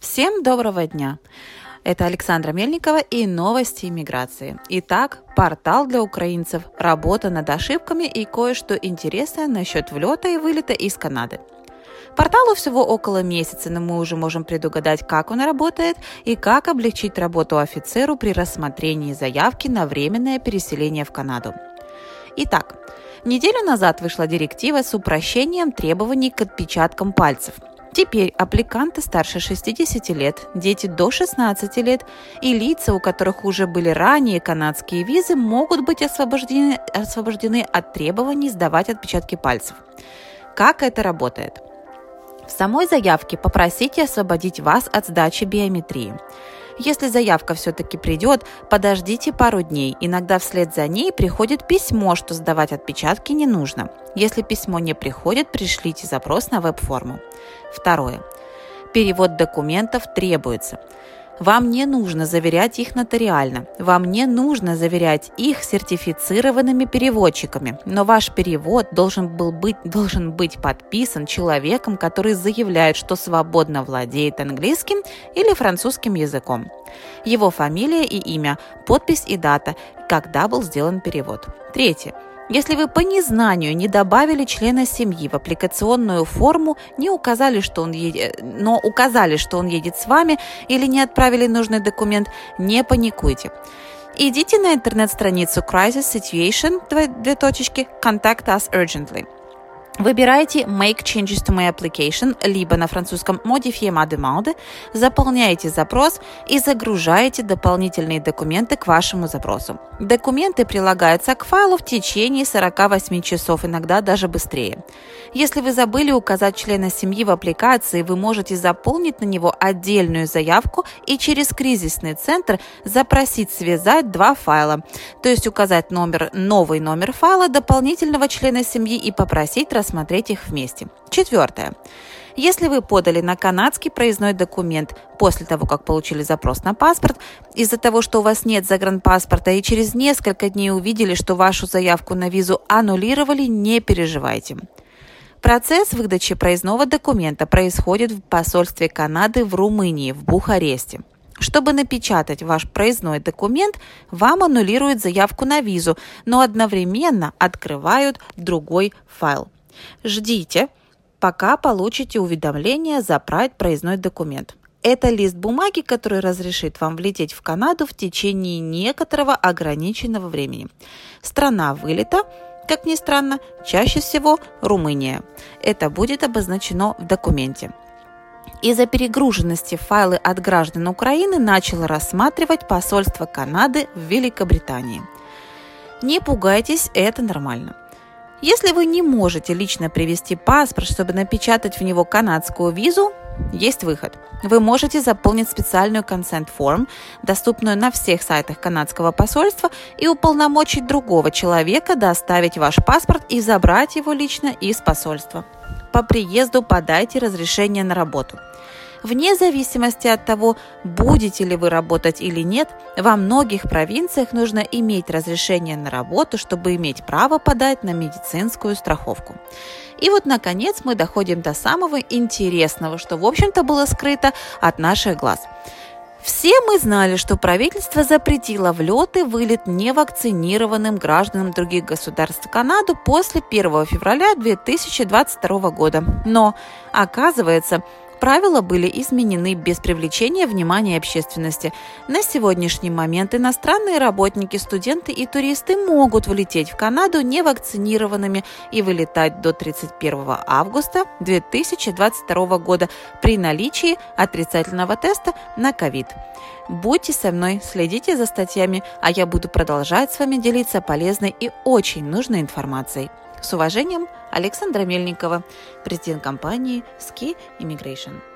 Всем доброго дня! Это Александра Мельникова и новости иммиграции. Итак, портал для украинцев, работа над ошибками и кое-что интересное насчет влета и вылета из Канады. Порталу всего около месяца, но мы уже можем предугадать, как он работает и как облегчить работу офицеру при рассмотрении заявки на временное переселение в Канаду. Итак, неделю назад вышла директива с упрощением требований к отпечаткам пальцев. Теперь аппликанты старше 60 лет, дети до 16 лет и лица, у которых уже были ранее канадские визы, могут быть освобождены от требований сдавать отпечатки пальцев. Как это работает? В самой заявке попросите освободить вас от сдачи биометрии. Если заявка все-таки придет, подождите пару дней. Иногда вслед за ней приходит письмо, что сдавать отпечатки не нужно. Если письмо не приходит, пришлите запрос на веб-форму. Второе. Перевод документов требуется. Вам не нужно заверять их нотариально, вам не нужно заверять их сертифицированными переводчиками, но ваш перевод должен быть подписан человеком, который заявляет, что свободно владеет английским или французским языком. Его фамилия и имя, подпись и дата, когда был сделан перевод. Третье. Если вы по незнанию не добавили члена семьи в аппликационную форму, но указали, что он едет с вами или не отправили нужный документ, не паникуйте. Идите на интернет-страницу Crisis Situation, Contact Us Urgently. Выбирайте Make Changes to My Application, либо на французском Modifier ma demande, заполняете запрос и загружаете дополнительные документы к вашему запросу. Документы прилагаются к файлу в течение 48 часов, иногда даже быстрее. Если вы забыли указать члена семьи в аппликации, вы можете заполнить на него отдельную заявку и через кризисный центр запросить связать два файла, то есть указать новый номер файла дополнительного члена семьи и попросить рассмотреть их вместе. Четвертое. Если вы подали на канадский проездной документ после того, как получили запрос на паспорт, из-за того, что у вас нет загранпаспорта и через несколько дней увидели, что вашу заявку на визу аннулировали, не переживайте. Процесс выдачи проездного документа происходит в посольстве Канады в Румынии, в Бухаресте. Чтобы напечатать ваш проездной документ, вам аннулируют заявку на визу, но одновременно открывают другой файл. Ждите, пока получите уведомление забрать проездной документ. Это лист бумаги, который разрешит вам влететь в Канаду в течение некоторого ограниченного времени. Страна вылета, как ни странно, чаще всего Румыния. Это будет обозначено в документе. Из-за перегруженности файлы от граждан Украины начало рассматривать посольство Канады в Великобритании. Не пугайтесь, это нормально. Если вы не можете лично привезти паспорт, чтобы напечатать в него канадскую визу, есть выход. Вы можете заполнить специальную consent form, доступную на всех сайтах канадского посольства, и уполномочить другого человека доставить ваш паспорт и забрать его лично из посольства. По приезду подайте разрешение на работу. Вне зависимости от того, будете ли вы работать или нет, во многих провинциях нужно иметь разрешение на работу, чтобы иметь право подать на медицинскую страховку. И вот, наконец, мы доходим до самого интересного, что, в общем-то, было скрыто от наших глаз. Все мы знали, что правительство запретило влет и вылет невакцинированным гражданам других государств в Канаду после 1 февраля 2022 года. Но, оказывается, правила были изменены без привлечения внимания общественности. На сегодняшний момент иностранные работники, студенты и туристы могут влететь в Канаду невакцинированными и вылетать до 31 августа 2022 года при наличии отрицательного теста на COVID. Будьте со мной, следите за статьями, а я буду продолжать с вами делиться полезной и очень нужной информацией. С уважением, Александра Мельникова, президент компании Ski Immigration.